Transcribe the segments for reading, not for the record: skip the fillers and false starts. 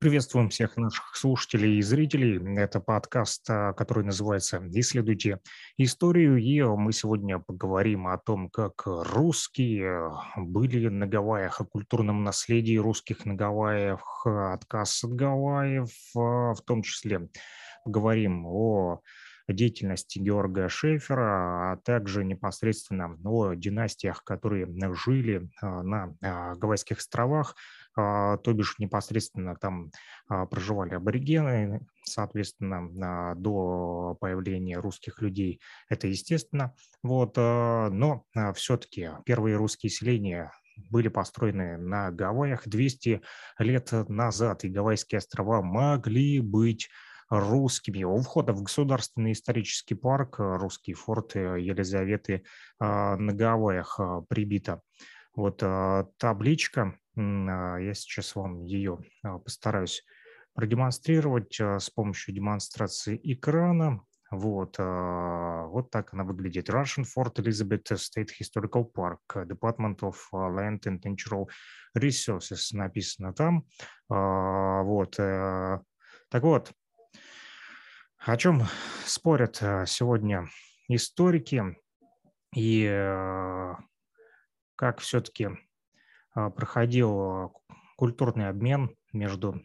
Приветствуем всех наших слушателей и зрителей. Это подкаст, который называется «Исследуйте историю». И мы сегодня поговорим о том, как русские были на Гавайях, о культурном наследии русских на Гавайях, отказ от Гавайев, в том числе поговорим о деятельности Георга Шефера, а также непосредственно о династиях, которые жили на Гавайских островах, то бишь непосредственно там проживали аборигены, соответственно, до появления русских людей, это естественно. Вот, но все-таки первые русские селения были построены на Гавайях 200 лет назад, и Гавайские острова могли быть русскими. У входа в Государственный исторический парк русский форт Елизаветы на Гавайях прибита вот табличка. Я сейчас вам ее постараюсь продемонстрировать с помощью демонстрации экрана. Вот, вот так она выглядит. Russian Fort Elizabeth State Historical Park, Department of Land and Natural Resources написано там. Вот, так вот, о чем спорят сегодня историки и как все-таки проходил культурный обмен между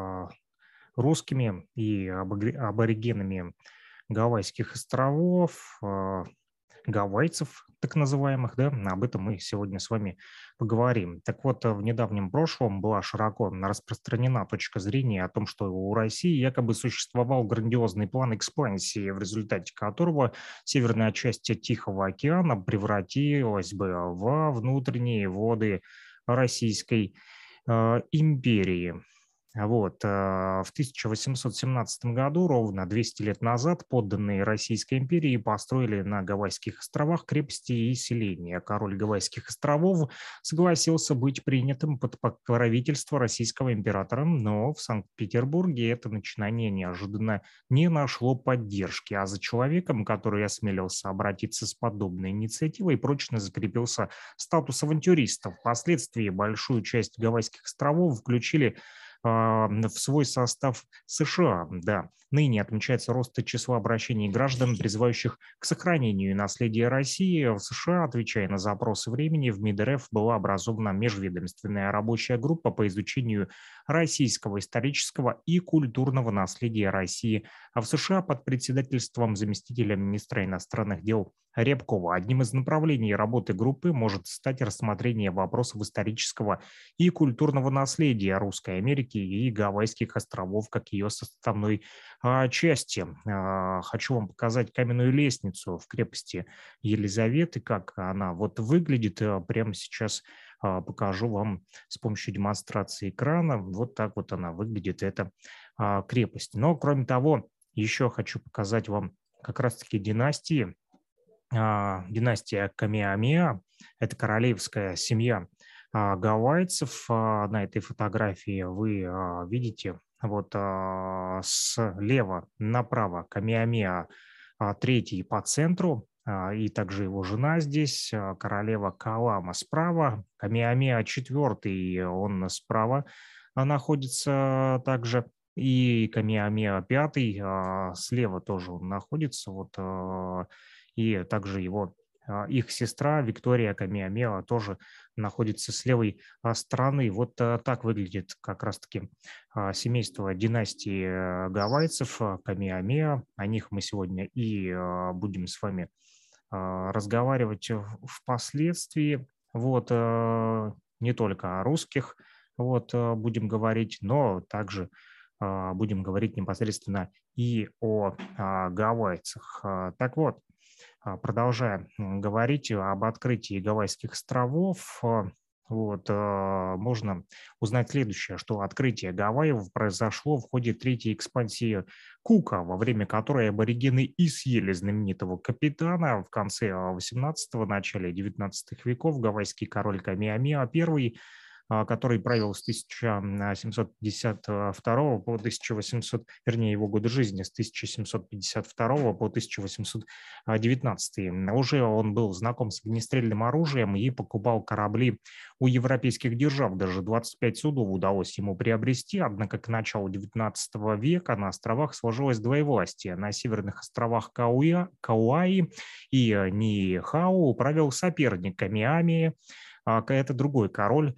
русскими и аборигенами Гавайских островов, гавайцев, так называемых, да, об этом мы сегодня с вами поговорим. Так вот, в недавнем прошлом была широко распространена точка зрения о том, что у России якобы существовал грандиозный план экспансии, в результате которого северная часть Тихого океана превратилась бы во внутренние воды Российской империи. Вот. В 1817 году, ровно 200 лет назад, подданные Российской империи построили на Гавайских островах крепости и селения. Король Гавайских островов согласился быть принятым под покровительство российского императора, но в Санкт-Петербурге это начинание неожиданно не нашло поддержки, а за человеком, который осмелился обратиться с подобной инициативой, прочно закрепился статус авантюриста. Впоследствии большую часть Гавайских островов включили в свой состав США. Да, ныне отмечается рост числа обращений граждан, призывающих к сохранению наследия России. В США, отвечая на запросы времени, в МИД РФ была образована межведомственная рабочая группа по изучению российского исторического и культурного наследия России, а в США под председательством заместителя министра иностранных дел Рябкова. Одним из направлений работы группы может стать рассмотрение вопросов исторического и культурного наследия Русской Америки и Гавайских островов как ее составной части. Хочу вам показать каменную лестницу в крепости Елизаветы, как она вот выглядит. Прямо сейчас покажу вам с помощью демонстрации экрана. Вот так вот она выглядит, эта крепость. Но, кроме того, еще хочу показать вам как раз-таки династии. Династия Камиамеа, это королевская семья гавайцев. На этой фотографии вы видите вот слева направо Камиамеа третий по центру, и также его жена здесь, королева Каалама справа, Камиамеа четвертый, он справа находится также, и Камиамеа пятый слева тоже он находится, вот, и также его их сестра Виктория Камиамеа тоже находится с левой стороны. Вот так выглядит как раз-таки семейство династии гавайцев Камиамеа. О них мы сегодня и будем с вами разговаривать впоследствии. Вот, не только о русских вот, будем говорить, но также будем говорить непосредственно и о гавайцах. Так вот, продолжая говорить об открытии Гавайских островов, вот, можно узнать следующее, что открытие Гавайев произошло в ходе третьей экспансии Кука, во время которой аборигены и съели знаменитого капитана. В конце 18-го, начале 19 веков гавайский король Камиамеа I который правил с 1752 по 1800, вернее, его годы жизни с 1752 по 1819. Уже он был знаком с огнестрельным оружием и покупал корабли у европейских держав. Даже 25 судов удалось ему приобрести, однако к началу XIX века на островах сложилось двоевластие. На северных островах Кауаи и Нихау правил соперник Камиами, это другой король,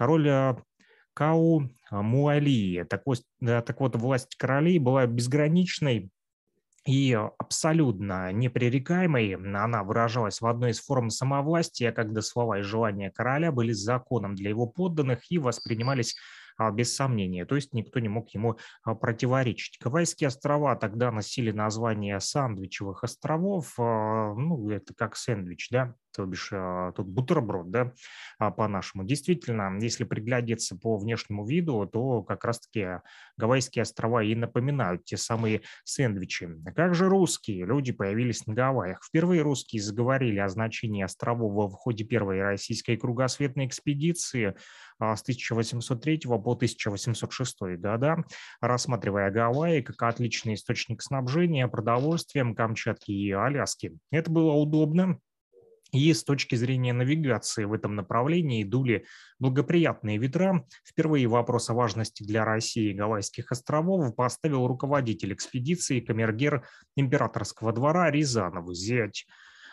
Кау Муалии. Так вот, власть королей была безграничной и абсолютно непререкаемой. Она выражалась в одной из форм самовластия, когда слова и желания короля были законом для его подданных и воспринимались без сомнения, то есть никто не мог ему противоречить. Гавайские острова тогда носили название Сандвичевых островов, ну, это как сэндвич, да, то бишь тут бутерброд, да, по-нашему. Действительно, если приглядеться по внешнему виду, то как раз-таки Гавайские острова и напоминают те самые сэндвичи. Как же русские люди появились на Гавайях? Впервые русские заговорили о значении островов в ходе первой российской кругосветной экспедиции с 1803 по 1806 года, рассматривая Гавайи как отличный источник снабжения продовольствием Камчатки и Аляски. Это было удобно. И с точки зрения навигации в этом направлении дули благоприятные ветра. Впервые вопрос о важности для России Гавайских островов поставил руководитель экспедиции камергер императорского двора Рязанов, зять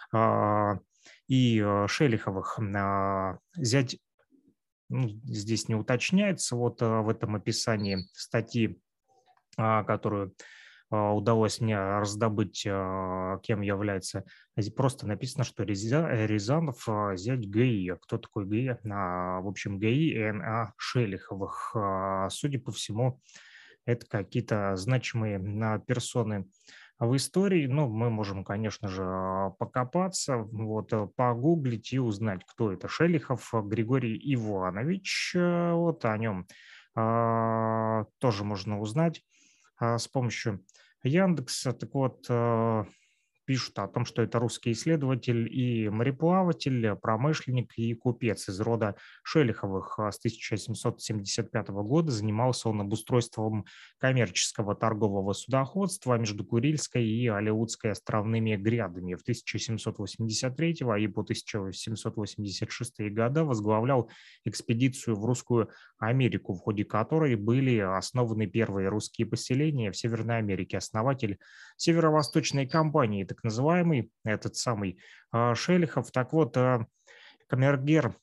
Шелиховых. Зять, ну, здесь не уточняется, вот в этом описании статьи, которую удалось мне раздобыть, кем является. Просто написано, что Рязанов зять ГИ. Кто такой ГИ? В общем, ГИ Н.А. Шелиховых. Судя по всему, это какие-то значимые персоны в истории. Ну, мы можем, конечно же, покопаться, вот, погуглить и узнать, кто это. Шелихов Григорий Иванович. Вот о нем тоже можно узнать с помощью Яндекса. Так вот, пишут о том, что это русский исследователь и мореплаватель, промышленник и купец из рода Шелиховых. С 1775 года занимался он обустройством коммерческого торгового судоходства между Курильской и Алеутской островными грядами. В 1783 и по 1786 года возглавлял экспедицию в Русскую Америку, в ходе которой были основаны первые русские поселения в Северной Америке. Основатель северо-восточной компании, так называемый, этот самый Шелихов. Так вот, камергер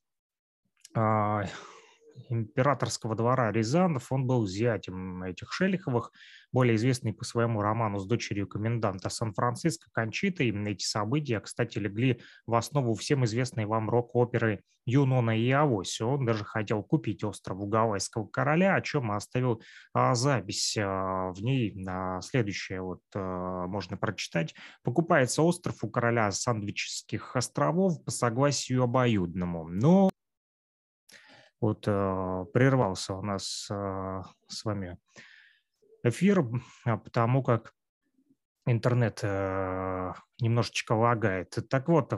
императорского двора Рязанов, он был зятем этих Шелиховых, более известный по своему роману с дочерью коменданта Сан-Франциско Кончитой. Эти события, кстати, легли в основу всем известной вам рок-оперы «Юнона и Авось». Он даже хотел купить остров у гавайского короля, о чем оставил запись в ней. Следующее вот можно прочитать. «Покупается остров у короля Сандвичских островов по согласию обоюдному». Но вот прервался у нас с вами эфир, потому как интернет немножечко лагает. Так вот,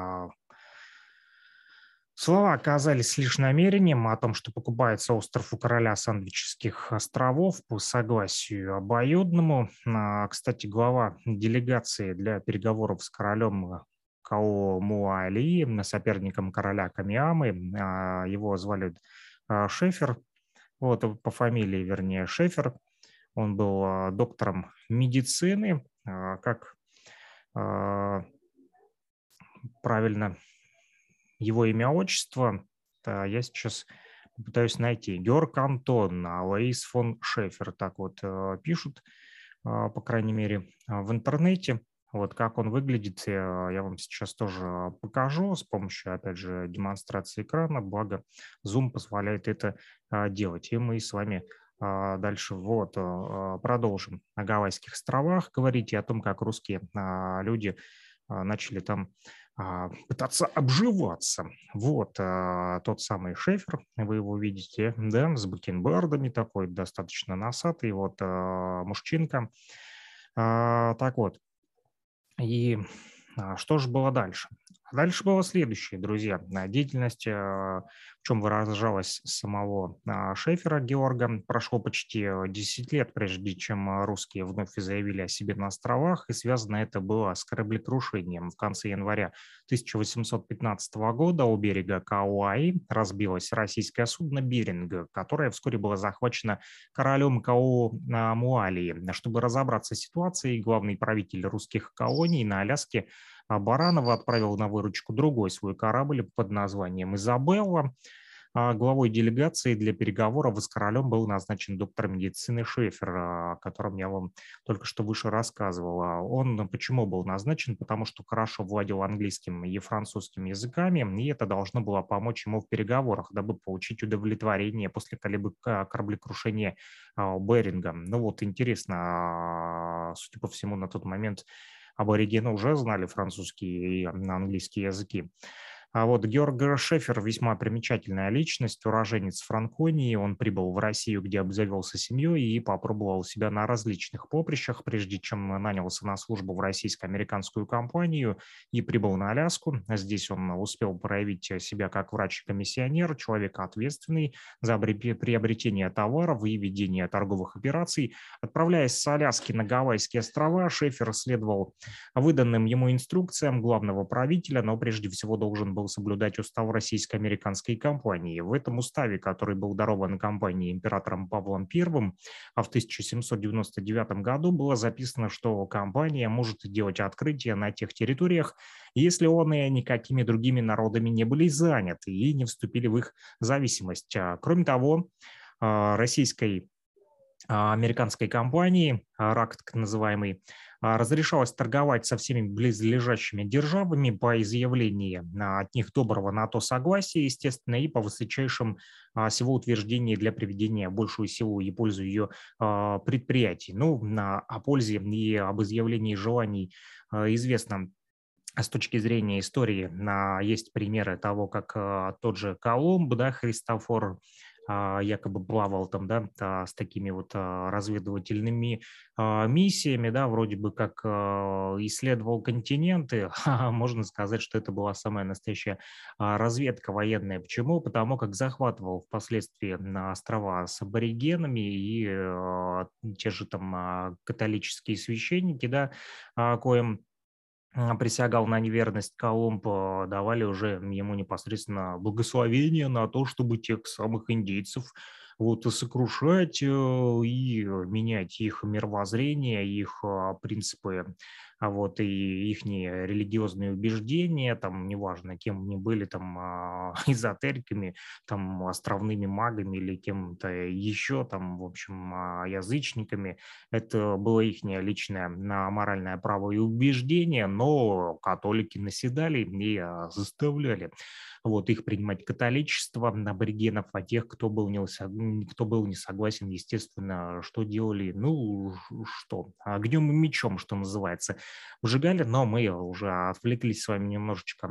слова оказались лишь намерением о том, что покупается остров у короля Сандвичских островов по согласию обоюдному. Кстати, глава делегации для переговоров с королем Као-Муали, соперником короля Камиамы, его звали Шефер, вот по фамилии, вернее, Шефер. Он был доктором медицины, как правильно его имя, отчество, я сейчас попытаюсь найти. Георг Антон Лоис фон Шефер, так вот пишут, по крайней мере, в интернете. Вот как он выглядит, я вам сейчас тоже покажу с помощью, опять же, демонстрации экрана, благо Zoom позволяет это делать. И мы с вами дальше вот продолжим о Гавайских островах говорить и о том, как русские люди начали там пытаться обживаться. Вот тот самый Шефер, вы его видите, да, с бакенбардами, такой достаточно носатый, вот мужчинка. Так вот, и что же было дальше? А дальше было следующее, друзья. Деятельность, в чем выражалась самого Шефера Георга, прошло почти 10 лет, прежде чем русские вновь заявили о себе на островах, и связано это было с кораблекрушением. В конце января 1815 года у берега Кауаи разбилось российское судно «Беринг», которое вскоре было захвачено королем Муалии. Чтобы разобраться с ситуацией, главный правитель русских колоний на Аляске Баранова отправил на выручку другой свой корабль под названием «Изабелла». Главой делегации для переговоров с королем был назначен доктор медицины Шефер, о котором я вам только что выше рассказывал. Он почему был назначен? Потому что хорошо владел английским и французским языками, и это должно было помочь ему в переговорах, дабы получить удовлетворение после кораблекрушения Беринга. Ну вот, интересно, судя по всему, на тот момент аборигены уже знали французский и английский языки. А вот Георг Шефер весьма примечательная личность, уроженец Франконии. Он прибыл в Россию, где обзавелся семьей и попробовал себя на различных поприщах, прежде чем нанялся на службу в российско-американскую компанию и прибыл на Аляску. Здесь он успел проявить себя как врач-комиссионер, человек ответственный за приобретение товаров и ведение торговых операций. Отправляясь с Аляски на Гавайские острова, Шефер следовал выданным ему инструкциям главного правителя, но прежде всего должен был соблюдать устав российско-американской компании. В этом уставе, который был дарован компании императором Павлом I, а в 1799 году было записано, что компания может делать открытия на тех территориях, если он и никакими другими народами не были заняты и не вступили в их зависимость. Кроме того, российской американской компании, РАК так называемый, разрешалось торговать со всеми близлежащими державами по изъявлении от них доброго на то согласия, естественно, и по высочайшим всего утверждении для приведения большую силу и пользу ее предприятий. Ну, о пользе и об изъявлении желаний известно с точки зрения истории. Есть примеры того, как тот же Колумб, да, Христофор, якобы плавал там, да, с такими вот разведывательными миссиями, да, вроде бы как исследовал континенты. Можно сказать, что это была самая настоящая разведка военная. Почему? Потому как захватывал впоследствии на острова с аборигенами и те же там католические священники, да, коим присягал на неверность Колумб, давали уже ему непосредственно благословение на то, чтобы тех самых индейцев вот сокрушать и менять их мировоззрение, их принципы, вот, и их религиозные убеждения, там, неважно, кем они были, там, эзотериками, там, островными магами или кем-то еще, там, в общем, язычниками. Это было их личное моральное право и убеждение, но католики наседали и заставляли вот, их принимать католичество, аборигенов, а тех, кто был не согласен, естественно, что делали? Ну, что? Огнем и мечом, что называется, выжигали, но мы уже отвлеклись с вами немножечко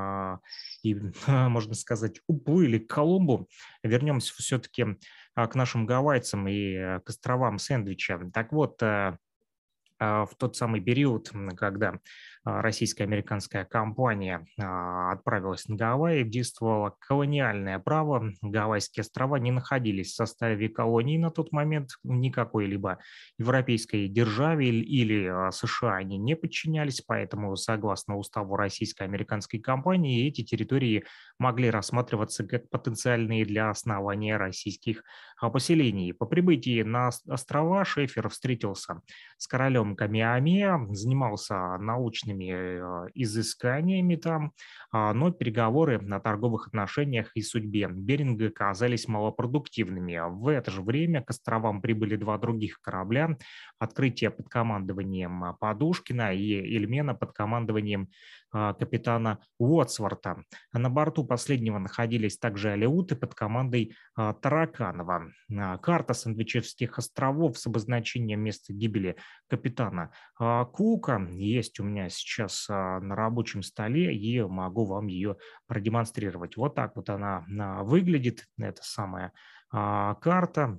и, можно сказать, уплыли к Колумбу. Вернемся все-таки к нашим гавайцам и к островам Сэндвича. Так вот, в тот самый период, когда российско-американская компания отправилась на Гавайи, действовало колониальное право. Гавайские острова не находились в составе колонии на тот момент никакой либо европейской державе или США они не подчинялись, поэтому, согласно уставу российско-американской компании, эти территории могли рассматриваться как потенциальные для основания российских поселений. По прибытии на острова Шефер встретился с королем Камиаме, занимался научными изысканиями там, но переговоры на торговых отношениях и судьбе Беринга оказались малопродуктивными. В это же время к островам прибыли два других корабля: «Открытие» под командованием Подушкина и «Эльмена» под командованием капитана Уотсворта. На борту последнего находились также алеуты под командой Тараканова. Карта Сэндвичевских островов с обозначением места гибели капитана Кука есть у меня сейчас на рабочем столе, и могу вам ее продемонстрировать. Вот так вот она выглядит, эта самая карта.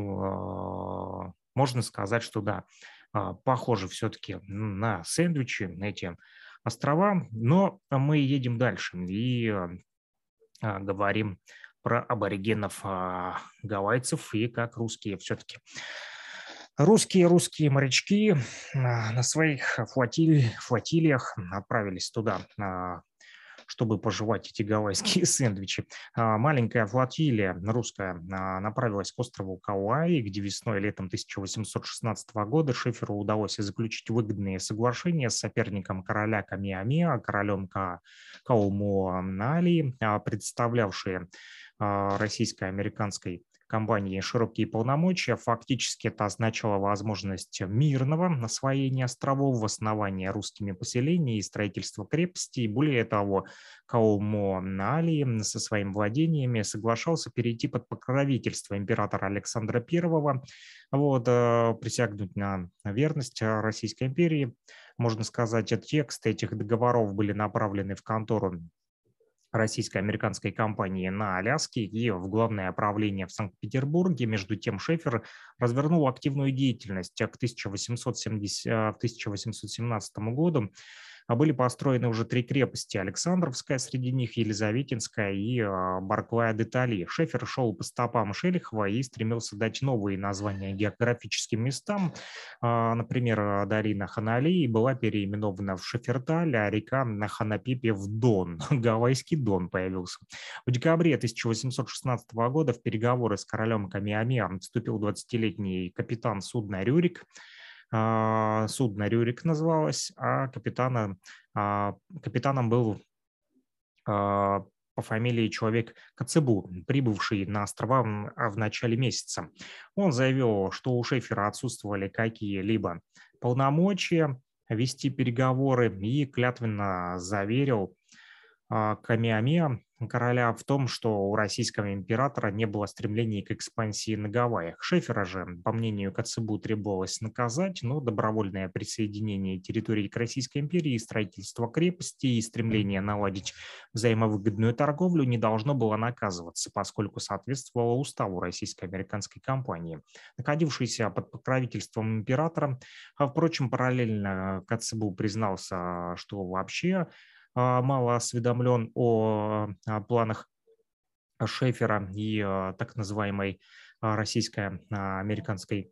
Ну, можно сказать, что да, похоже все-таки на сэндвичи, эти острова. Но мы едем дальше и говорим про аборигенов гавайцев и как русские все-таки. Русские морячки на своих флотилиях отправились туда, чтобы пожевать эти гавайские сэндвичи. Маленькая флотилия русская направилась к острову Кауаи, где весной и летом 1816 года Шеферу удалось заключить выгодные соглашения с соперником короля Камиамеа, королем Каумуаналии, представлявшие российско-американской компании широкие полномочия. Фактически это означало возможность мирного освоения островов, основания русскими поселений и строительства крепостей. Более того, Каумуаналии со своими владениями соглашался перейти под покровительство императора Александра I, присягнуть на верность Российской империи. Можно сказать, тексты этих договоров были направлены в контору российско-американской компании на Аляске и в главное правление в Санкт-Петербурге. Между тем Шефер развернул активную деятельность к 1817 году. Были построены уже 3 крепости: Александровская, среди них Елизаветинская и Барклая-де-Тали. Шефер шел по стопам Шелихова и стремился дать новые названия географическим местам. Например, долина Ханали была переименована в Шеферталь, а река Ханапипе в Дон. Гавайский Дон появился. В декабре 1816 года в переговоры с королем Камиамеа вступил 20-летний капитан судна «Рюрик». Судно «Рюрик» называлось, а капитаном был по фамилии человек Коцебу, прибывший на острова в начале месяца. Он заявил, что у Шефера отсутствовали какие-либо полномочия вести переговоры и клятвенно заверил Камиамеа, короля, в том, что у российского императора не было стремлений к экспансии на Гавайях. Шефера же, по мнению Коцебу, требовалось наказать, но добровольное присоединение территории к Российской империи, строительство крепостей и стремление наладить взаимовыгодную торговлю не должно было наказываться, поскольку соответствовало уставу российско-американской компании, находившейся под покровительством императора. Впрочем, параллельно Коцебу признался, что вообще мало осведомлен о планах Шефера и так называемой российско-американской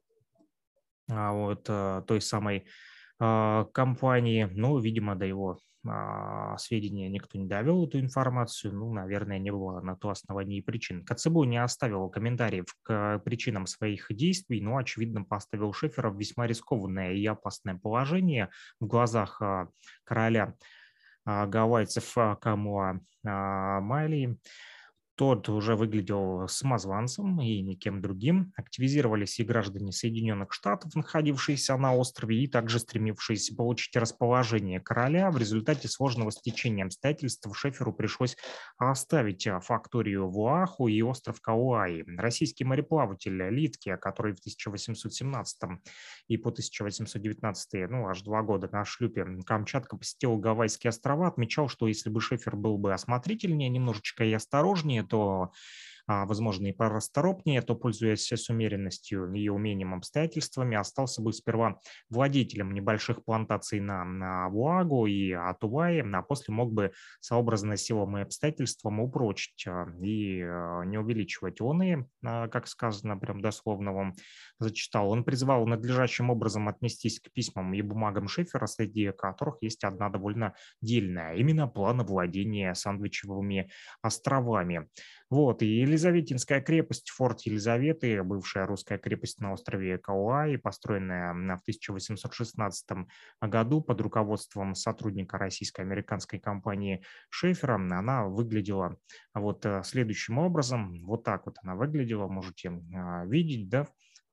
той самой компании. Ну, видимо, до его сведения никто не довел эту информацию. Ну, наверное, не было на то оснований и причин. Коцебу не оставил комментариев к причинам своих действий, но, очевидно, поставил Шефера в весьма рискованное и опасное положение в глазах короля гавайцев Камуа Майли. Тот уже выглядел самозванцем и никем другим. Активизировались и граждане Соединенных Штатов, находившиеся на острове, и также стремившиеся получить расположение короля. В результате сложного стечения обстоятельств Шеферу пришлось оставить факторию в Оаху и остров Кауаи. Российский мореплаватель Литке, который в 1817 и по 1819, аж 2 года на шлюпе Камчатка посетил Гавайские острова, отмечал, что если бы Шефер был бы осмотрительнее немножечко и осторожнее, то, возможно, и порасторопнее, то, пользуясь с умеренностью и умением обстоятельствами, остался бы сперва владетелем небольших плантаций на Оагу и Атувае, а после мог бы, сообразно силам и обстоятельствам, упрочить и не увеличивать оны, как сказано, прям дословно вам зачитал. Он призвал надлежащим образом отнестись к письмам и бумагам Шефера, среди которых есть одна довольно дельная, именно план владения Сандвичевыми островами. И Елизаветинская крепость, форт Елизаветы, бывшая русская крепость на острове Кауаи, построенная в 1816 году под руководством сотрудника российско-американской компании Шефера, она выглядела следующим образом. Вот так вот она выглядела, можете видеть, да,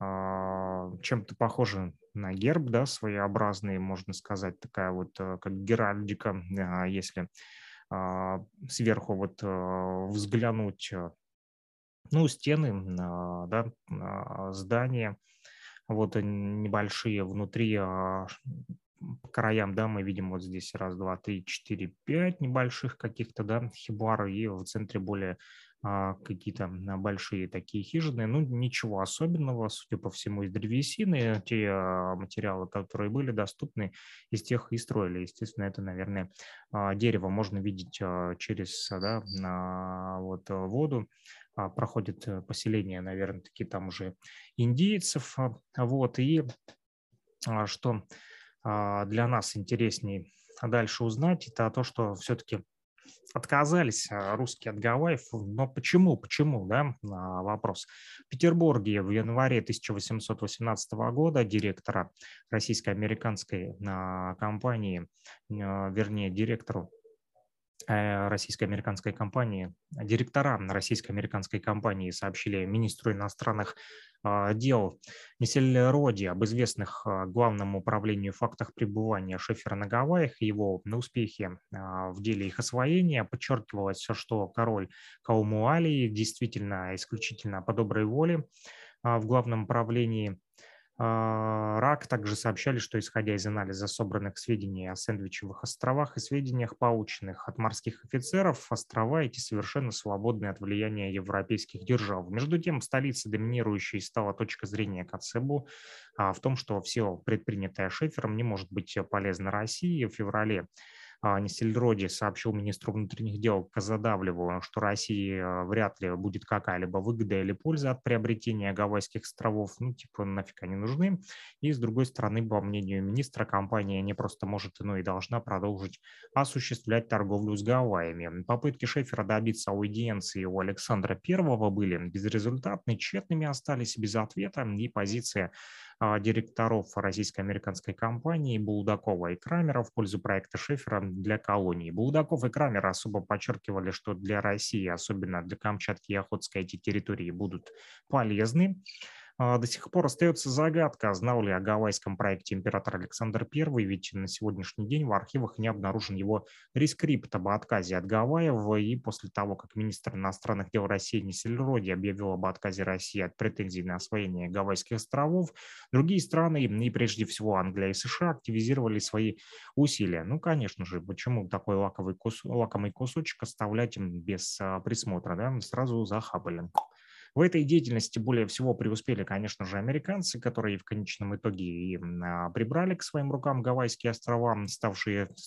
чем-то похоже на герб, да, своеобразный, можно сказать, такая как геральдика, если сверху взглянуть, стены, здания, небольшие внутри, по краям, да, мы видим вот здесь раз, два, три, четыре, пять небольших каких-то, да, хибар, и в центре более какие-то большие такие хижины. Ну, ничего особенного, судя по всему, из древесины. Те материалы, которые были доступны, из тех и строили. Естественно, это, наверное, дерево можно видеть через вот, воду. Проходит поселение, наверное, таки там уже индейцев. Вот, и что для нас интересней дальше узнать, это то, что все-таки отказались русские от Гавайев. Но почему? Почему, да, вопрос. В Петербурге в январе 1818 года директора российско-американской компании, вернее, директору российско-американской компании, директора российско-американской компании сообщили министру иностранных дел Несельроди об известных Главному управлению фактах пребывания Шефера на Гавайях и его на успехе в деле их освоения. Подчеркивалось, что король Каумуалии действительно исключительно по доброй воле в Главном управлении РАК также сообщали, что, исходя из анализа собранных сведений о Сэндвичевых островах и сведениях, полученных от морских офицеров, острова эти совершенно свободны от влияния европейских держав. Между тем, в столице доминирующей стала точка зрения Коцебу в том, что все предпринятое Шефером не может быть полезно России. В феврале Несельроди сообщил министру внутренних дел Казадавлеву, что России вряд ли будет какая-либо выгода или польза от приобретения Гавайских островов. Ну, типа, нафиг они нужны. И, с другой стороны, по мнению министра, компания не просто может, но и должна продолжить осуществлять торговлю с Гавайями. Попытки Шефера добиться аудиенции у Александра I были безрезультатны, тщетными остались без ответа, и позиция директоров российско-американской компании Булдакова и Крамера в пользу проекта Шефера для колонии. Булдаков и Крамер особо подчеркивали, что для России, особенно для Камчатки и Охотской, эти территории будут полезны. До сих пор остается загадка, знал ли о гавайском проекте император Александр I, ведь на сегодняшний день в архивах не обнаружен его рескрипт об отказе от Гавайев, и после того, как министр иностранных дел России Несельроди объявил об отказе России от претензий на освоение Гавайских островов, другие страны, и прежде всего Англия и США, активизировали свои усилия. Ну, конечно же, почему такой лакомый кусочек оставлять им без присмотра, да, сразу захапали. В этой деятельности более всего преуспели, конечно же, американцы, которые в конечном итоге и прибрали к своим рукам Гавайские острова, ставшие с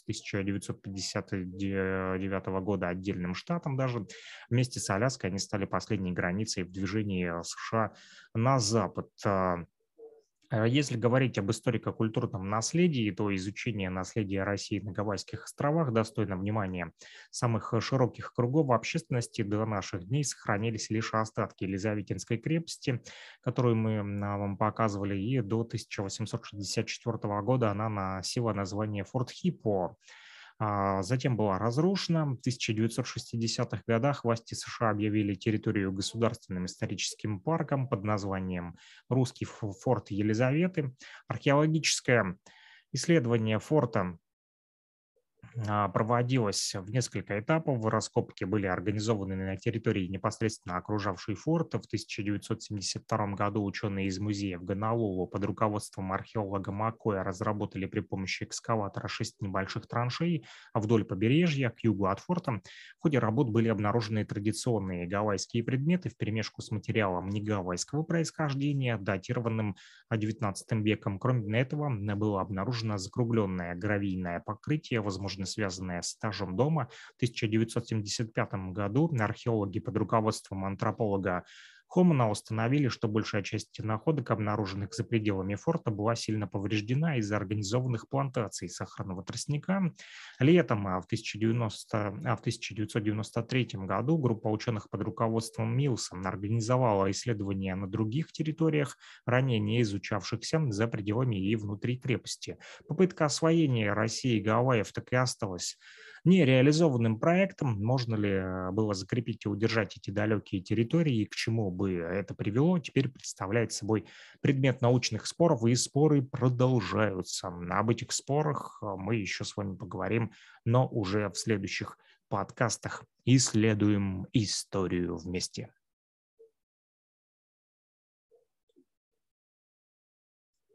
1959 года отдельным штатом даже. Вместе с Аляской они стали последней границей в движении США на запад. Если говорить об историко-культурном наследии, то изучение наследия России на Гавайских островах достойно внимания самых широких кругов общественности. До наших дней сохранились лишь остатки Елизаветинской крепости, которую мы вам показывали, и до 1864 года она носила название Форт Хиппо. Затем была разрушена. В 1960-х годах власти США объявили территорию государственным историческим парком под названием «Русский форт Елизаветы». Археологическое исследование форта проводилась в несколько этапов. Раскопки были организованы на территории, непосредственно окружавшей форт. В 1972 году ученые из музея в Гонолулу под руководством археолога Маккоя разработали при помощи экскаватора 6 небольших траншей вдоль побережья к югу от форта. В ходе работ были обнаружены традиционные гавайские предметы вперемешку с материалом негавайского происхождения, датированным XIX веком. Кроме этого, было обнаружено закругленное гравийное покрытие, возможно, связанное с этажом дома. В 1975 году археологи под руководством антрополога Хомана установили, что большая часть находок, обнаруженных за пределами форта, была сильно повреждена из-за организованных плантаций сахарного тростника. Летом в 1993 году группа ученых под руководством Милса организовала исследования на других территориях, ранее не изучавшихся за пределами и внутри крепости. Попытка освоения России и Гавайев так и осталась нереализованным проектом. Можно ли было закрепить и удержать эти далекие территории, и к чему бы это привело, теперь представляет собой предмет научных споров, и споры продолжаются. Об этих спорах мы еще с вами поговорим, но уже в следующих подкастах. Исследуем историю вместе.